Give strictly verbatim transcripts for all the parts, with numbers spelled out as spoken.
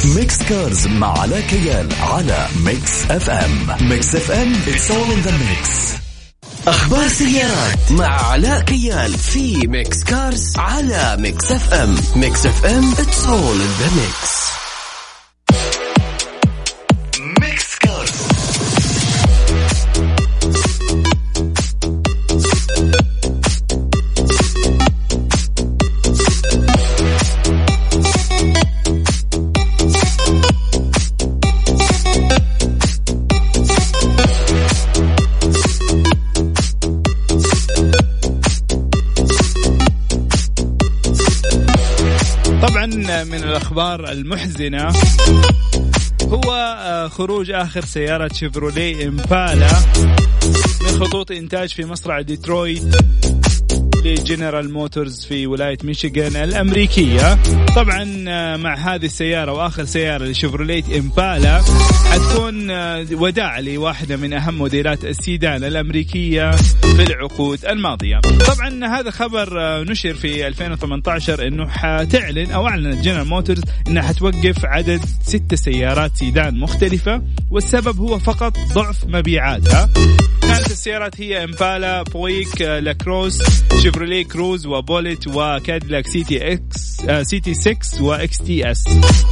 ميكس كارز مع علاء كيال على ميكس اف ام. ميكس اف ام it's all in the mix. أخبار سيارات مع علاء كيال في ميكس كارز على ميكس اف ام. ميكس اف ام it's all in the mix. ميكس كارز. من الأخبار المحزنة هو خروج آخر سيارة شيفروليه إمبالا من خطوط إنتاج في مصنع ديترويت لجنرال موتورز في ولاية ميشيغان الأمريكية. طبعا مع هذه السيارة وآخر سيارة لشيفروليه إمبالا حتكون وداع لواحدة من أهم موديلات السيدان الأمريكية في العقود الماضية. طبعا هذا خبر نشر في ألفين وثمانية عشر أنه حتعلن أو أعلنت جنرال موتورز أنها حتوقف عدد ست سيارات سيدان مختلفة، والسبب هو فقط ضعف مبيعاتها. كانت السيارات هي إمبالا، بويك، لاكروس، شيفروليه كروز، وبوليت، وكاديلاك سيتي اكس سيتي ستة واكس تي اس.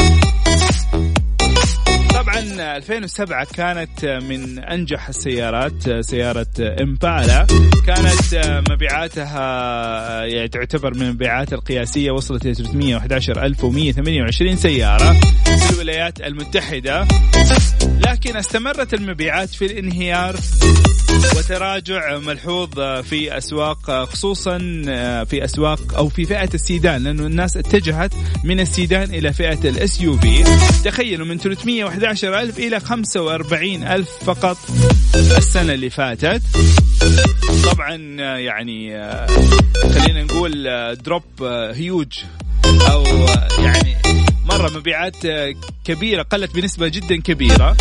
طبعا ألفين وسبعة كانت من أنجح السيارات سيارة إمبالا، كانت مبيعاتها يعني تعتبر من المبيعات القياسية، وصلت إلى ثلاثمائة وأحد عشر ألف ومائة وثمانية وعشرين سيارة في الولايات المتحدة، لكن استمرت المبيعات في الانهيار وتراجع ملحوظ في أسواق، خصوصا في أسواق أو في فئة السيدان، لأنه الناس اتجهت من السيدان إلى فئة الإس يو في. تخيلوا من ثلاثمائة وأحد عشر ألف إلى خمسة وأربعين ألف فقط السنة اللي فاتت. طبعا يعني خلينا نقول دروب هيوج أو يعني مرة مبيعات كبيرة، قلت بنسبة جدا كبيرة.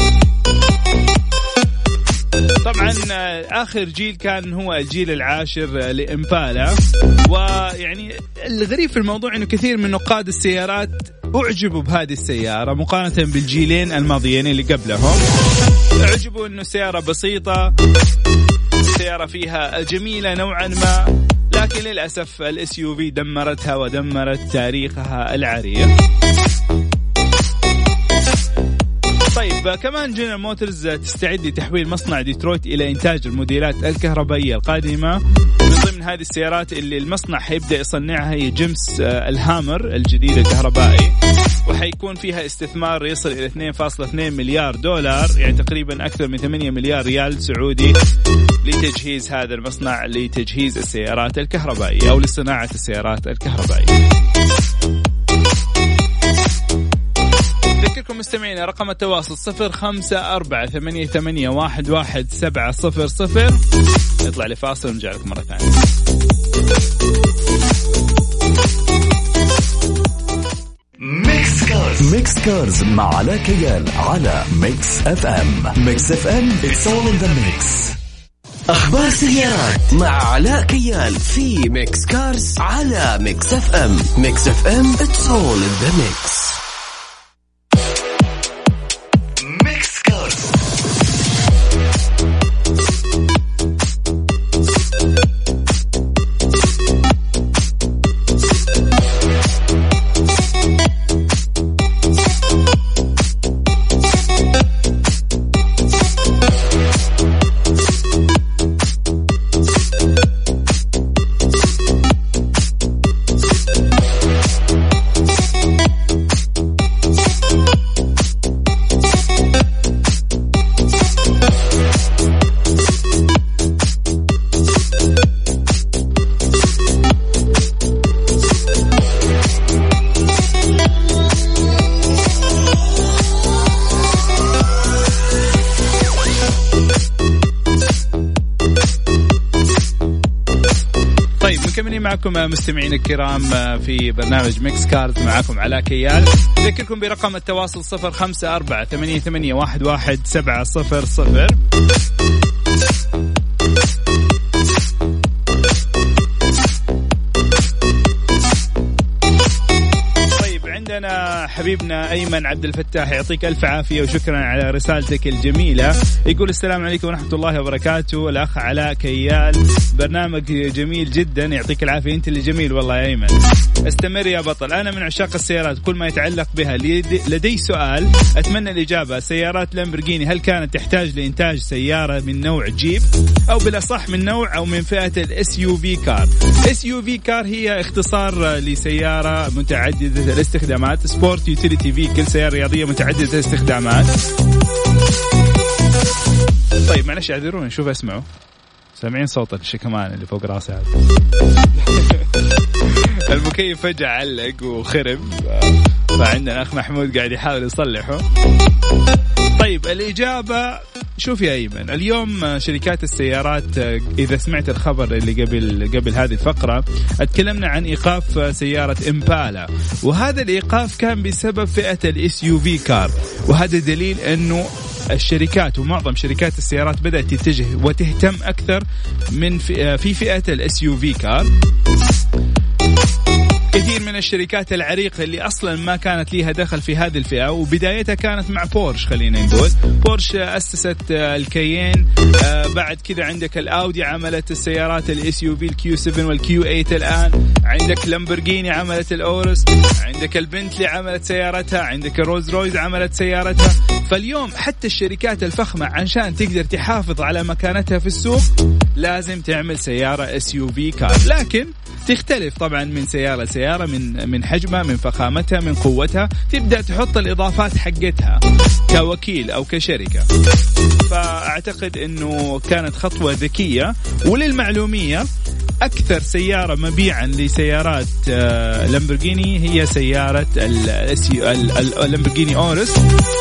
طبعا آخر جيل كان هو الجيل العاشر لإمبالا، ويعني الغريب في الموضوع أنه كثير من نقاد السيارات أعجبوا بهذه السيارة مقارنة بالجيلين الماضيين اللي قبلهم. أعجبوا أنه السيارة بسيطة، السيارة فيها جميلة نوعا ما، لكن للأسف الإس يو في دمرتها ودمرت تاريخها العريق. طيب كمان جنرال موتورز تستعد لتحويل مصنع ديترويت إلى إنتاج الموديلات الكهربائية القادمة. من ضمن هذه السيارات اللي المصنع حيبدأ يصنعها هي جيمس الهامر الجديد الكهربائي، وحيكون فيها استثمار يصل إلى اثنين فاصلة اثنين مليار دولار، يعني تقريبا أكثر من ثمانية مليار ريال سعودي، لتجهيز هذا المصنع لتجهيز السيارات الكهربائية أو لصناعة السيارات الكهربائية. ذكركم مستمعين رقم التواصل صفر خمسة أربعة ثمانية ثمانية واحد واحد سبعة صفر صفر. نطلع لفاصل ونرجع لكم مرة ثانية. ميكس كارز. ميكس كارز مع علاء كيال على ميكس اف ام. ميكس اف ام it's all in the mix. أخبار سيارات مع علاء كيال في ميكس كارز على ميكس اف ام. ميكس اف ام it's all in the mix. معكم مستمعين الكرام في برنامج ميكس كارز، معكم علاء كيال. أذكركم برقم التواصل صفر خمسة أربعة ثمانية ثمانية واحد واحد سبعة صفر صفر. طيب عندنا حبيبنا أيمن عبد الفتاح يعطيك ألف عافية وشكرا على رسالتك الجميلة. يقول السلام عليكم ورحمة الله وبركاته. الأخ علاء كيال برنامج جميل جدا يعطيك العافية. أنت اللي جميل والله يا أيمن. استمر يا بطل. أنا من عشاق السيارات كل ما يتعلق بها. لدي سؤال أتمنى الإجابة. سيارات لامبورغيني هل كانت تحتاج لإنتاج سيارة من نوع جيب أو بالأصح من نوع أو من فئة الاس يو في كار؟ اس يو في كار هي اختصار لسيارة متعددة الاستخدامات. سبورت يوتيليتي فيكل سيارة رياضية متعددة الاستخدامات. طيب معلش اعذروني نشوف اسمعوا. سامعين صوت الشكمان اللي فوق راسي هذا؟ المكيف فجأة علق وخرب، فعندنا أخ محمود قاعد يحاول يصلحه. طيب الإجابة شوف يا أيمن، اليوم شركات السيارات إذا سمعت الخبر اللي قبل قبل هذه الفقرة اتكلمنا عن إيقاف سيارة إمبالا، وهذا الإيقاف كان بسبب فئة الاس يو في كار، وهذا دليل أنه الشركات ومعظم شركات السيارات بدأت تتجه وتهتم أكثر من في فئة الاس يو في كار. كثير من الشركات العريقة اللي أصلا ما كانت ليها دخل في هذه الفئة، وبدايتها كانت مع بورش. خلينا نقول بورش أسست الكيين، بعد كذا عندك الأودي عملت السيارات الاس يو في الكيو سبعة والكيو ثمانية، الآن عندك لامبورغيني عملت الأورس، عندك البنتلي عملت سيارتها، عندك روز رويز عملت سيارتها. فاليوم حتى الشركات الفخمة عشان تقدر تحافظ على مكانتها في السوق لازم تعمل سيارة اس يو في كار، لكن تختلف طبعا من سيارة لسيارة، من من حجمها، من فخامتها، من قوتها، تبدأ تحط الإضافات حقتها كوكيل أو كشركة. فأعتقد أنه كانت خطوة ذكية. وللمعلومية أكثر سيارة مبيعا لسيارات لامبورغيني هي سيارة اللامبورغيني أورس،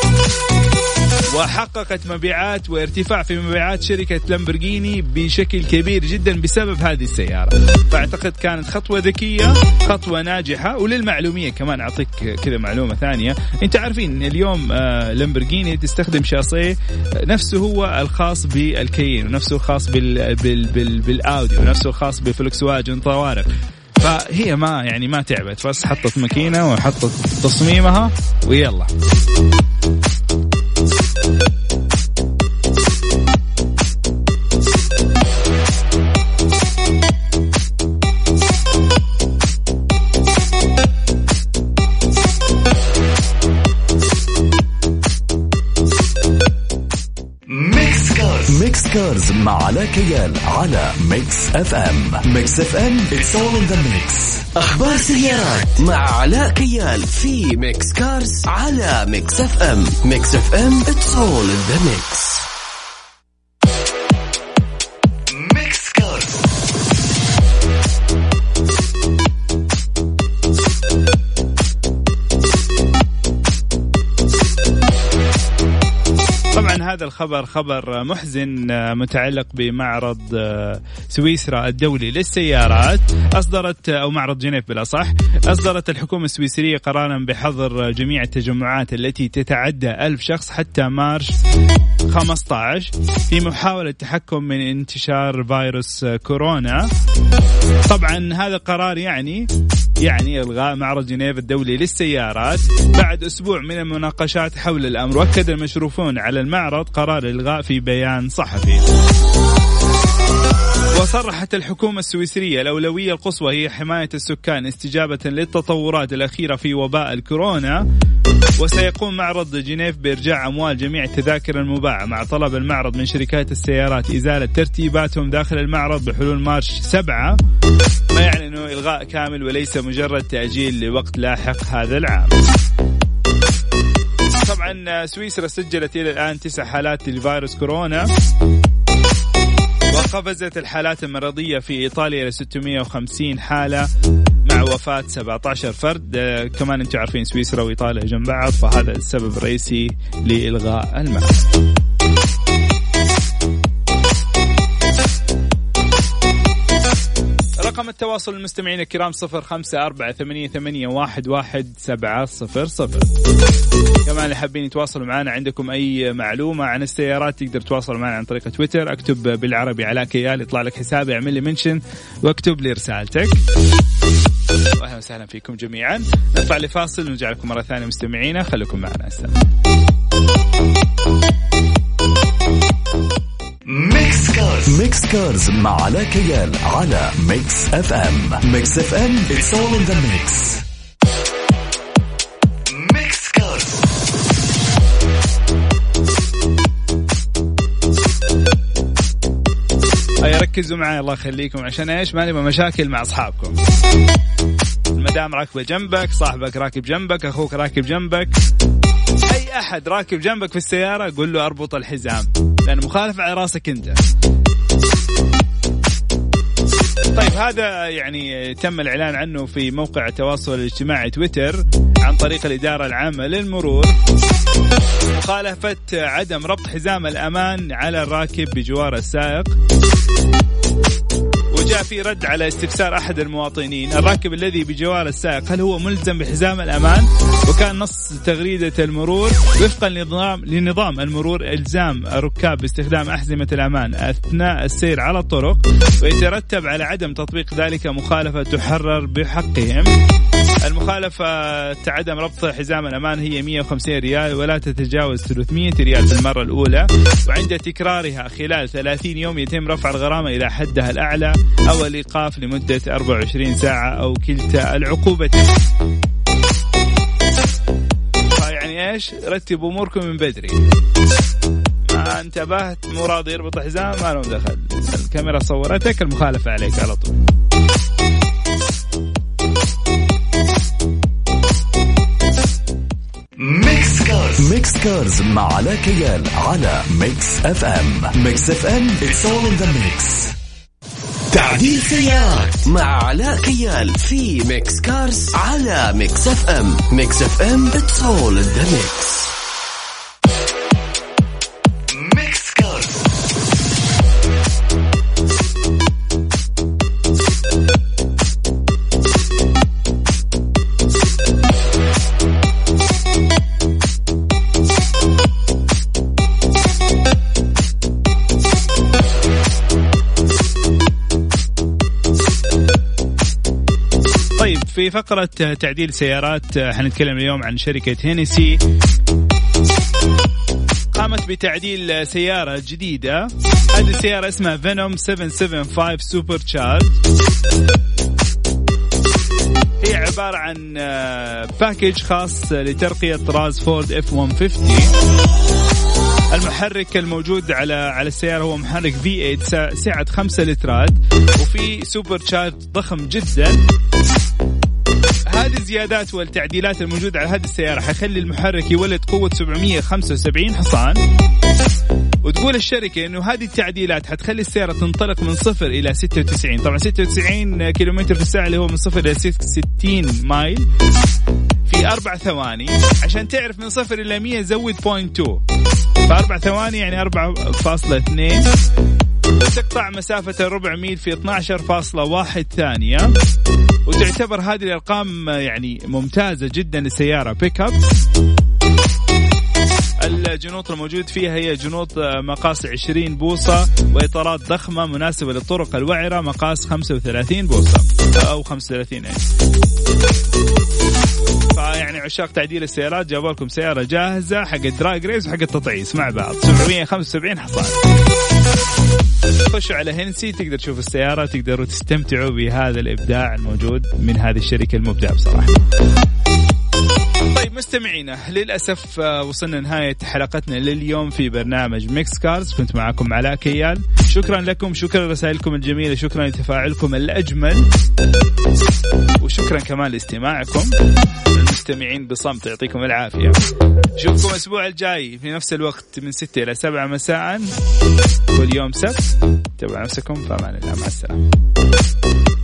وحققت مبيعات وارتفاع في مبيعات شركة لامبورغيني بشكل كبير جدا بسبب هذه السيارة. فأعتقد كانت خطوة ذكية، خطوة ناجحة. وللمعلومية كمان أعطيك كذا معلومة ثانية، أنت عارفين اليوم لامبورغيني تستخدم شاصيه نفسه هو الخاص بالكيين، ونفسه الخاص بال بال بال بالأودي، ونفسه الخاص بفولكسواجن طوارئ. فهي ما يعني ما تعبت، بس حطت ماكينة وحطت تصميمها ويلا. ميكس كارز مع علاء كيال على ميكس اف ام. ميكس اف ام it's all in the mix. اخبار سيارات مع علاء كيال في ميكس كارز على ميكس اف ام. ميكس اف ام it's all in the mix. ميكس كارز. طبعا هذا الخبر خبر محزن متعلق بمعرض سويسرا الدولي للسيارات. أصدرت أو معرض جنيف بالأصح أصدرت الحكومة السويسرية قرارا بحظر جميع التجمعات التي تتعدى ألف شخص حتى مارس خمسة عشر في محاولة التحكم من انتشار فيروس كورونا. طبعا هذا القرار يعني يعني إلغاء معرض جنيف الدولي للسيارات بعد أسبوع من المناقشات حول الأمر. وأكد المشرفون على المعرض قرار الإلغاء في بيان صحفي. وصرحت الحكومة السويسرية الأولوية القصوى هي حماية السكان استجابة للتطورات الأخيرة في وباء الكورونا. وسيقوم معرض جنيف بإرجاع أموال جميع التذاكر المباعة، مع طلب المعرض من شركات السيارات إزالة ترتيباتهم داخل المعرض بحلول مارس سبعة، ما يعني أنه إلغاء كامل وليس مجرد تأجيل لوقت لاحق هذا العام. طبعا سويسرا سجلت إلى الآن تسع حالات لفيروس كورونا، وقفزت الحالات المرضية في إيطاليا إلى ستمائة وخمسين حالة مع وفاة سبعة عشر فرد. كمان أنتم عارفين سويسرا وإيطاليا جنب بعض، فهذا السبب الرئيسي لإلغاء المعرض. رقم التواصل المستمعين الكرام صفر خمسة أربعة ثمانية ثمانية واحد واحد سبعة صفر صفر. كمان اللي حابين يتواصلوا معنا عندكم أي معلومة عن السيارات تقدر تواصلوا معنا عن طريق تويتر، اكتب بالعربي علاء كيال يطلع لك حسابي، اعمل لي منشن واكتب لي رسالتك. واهلا وسهلا فيكم جميعا. نطلع لفاصل ونرجع لكم مرة ثانية مستمعينا، خليكم معنا. السلام. ميكس كارز ميكس كارز مع علاء كيال على ميكس اف ام. ميكس اف ام it's all in the mix. ميكس كارز. هيا ركزوا معي الله يخليكم، عشان ايش؟ ما نبغى مشاكل مع اصحابكم. المدام راكبه جنبك، صاحبك راكب جنبك، اخوك راكب جنبك، اي احد راكب جنبك في السياره قول له اربط الحزام، لأن مخالف على راسك أنت. طيب هذا يعني تم الإعلان عنه في موقع التواصل الاجتماعي تويتر عن طريق الإدارة العامة للمرور، مخالفة عدم ربط حزام الأمان على الراكب بجوار السائق. وجاء في رد على استفسار أحد المواطنين، الراكب الذي بجوار السائق هل هو ملزم بحزام الأمان؟ وكان نص تغريدة المرور وفقا لنظام لنظام المرور إلزام الركاب باستخدام أحزمة الأمان أثناء السير على الطرق، ويترتب على عدم تطبيق ذلك مخالفة تحرر بحقهم. المخالفة عدم ربط حزام الأمان هي مئة وخمسين ريال ولا تتجاوز ثلاثمئة ريال في المرة الأولى، وعند تكرارها خلال ثلاثين يوم يتم رفع الغرامة إلى حدها الأعلى أو الإيقاف لمدة أربعة وعشرين ساعة أو كلتا العقوبتين. يعني إيش؟ رتبوا أموركم من بدري. ما انتبهت مو راضي يربط حزام ما لهم دخل، الكاميرا صورتك، المخالفة عليك على طول. ميكس كارز ميكس كارز مع علاء كيال على ميكس اف ام. ميكس اف ام it's all in the mix. تعديل سيارات مع علاء كيال في ميكس كارز على ميكس اف ام. ميكس اف ام it's all in the mix. ميكس كارز. في فقرة تعديل سيارات حنتكلم اليوم عن شركة هينيسي، قامت بتعديل سيارة جديدة. هذه السيارة اسمها فينوم سبعمية وخمسة وسبعين سوبر تشارج. هي عبارة عن باكيج خاص لترقية طراز فورد اف مئة وخمسين. المحرك الموجود على على السيارة هو محرك في ثمانية سعة خمسة لترات، وفي سوبر تشارج ضخم جدا. هذه الزيادات والتعديلات الموجودة على هذه السيارة حيخلي المحرك يولد قوة سبعمئة وخمسة وسبعين حصان. وتقول الشركة إنه هذه التعديلات حتخلي السيارة تنطلق من صفر إلى ستة وتسعين، طبعا ستة وتسعين كيلومتر في الساعة اللي هو من صفر إلى ستين مايل في أربع ثواني. عشان تعرف من صفر إلى مية زود بوينت تو، فأربع ثواني يعني أربعة فاصلة اثنين، وتقطع مسافة الربع ميل في اثنتا عشرة فاصلة واحد ثانية. وتعتبر هذه الأرقام يعني ممتازة جدا لسيارة بيك اب. الجنوط الموجود فيها هي جنوط مقاس عشرين بوصة، وإطارات ضخمة مناسبة للطرق الوعرة مقاس خمسة وثلاثين بوصة أو خمسة وثلاثين إنش. فيعني عشاق تعديل السيارات جابوا لكم سيارة جاهزة حق الدراج ريس وحق التطعيس مع بعض، سبعمئة وخمسة وسبعين حصان. خشوا على هينسي تقدر تشوف السيارة، تقدروا تستمتعوا بهذا الإبداع الموجود من هذه الشركة المبدعة بصراحة. طيب مستمعينا، للأسف وصلنا نهاية حلقتنا لليوم في برنامج ميكس كارز. كنت معكم علاء كيال، شكرا لكم، شكرا لرسائلكم الجميلة، شكرا لتفاعلكم الأجمل، وشكرا كمان لاستماعكم. المستمعين بصمت يعطيكم العافية. نشوفكم الأسبوع الجاي في نفس الوقت من ستة إلى سبعة مساء كل يوم سبت. تابعوا نفسكم، فأمان الله، مع السلامة.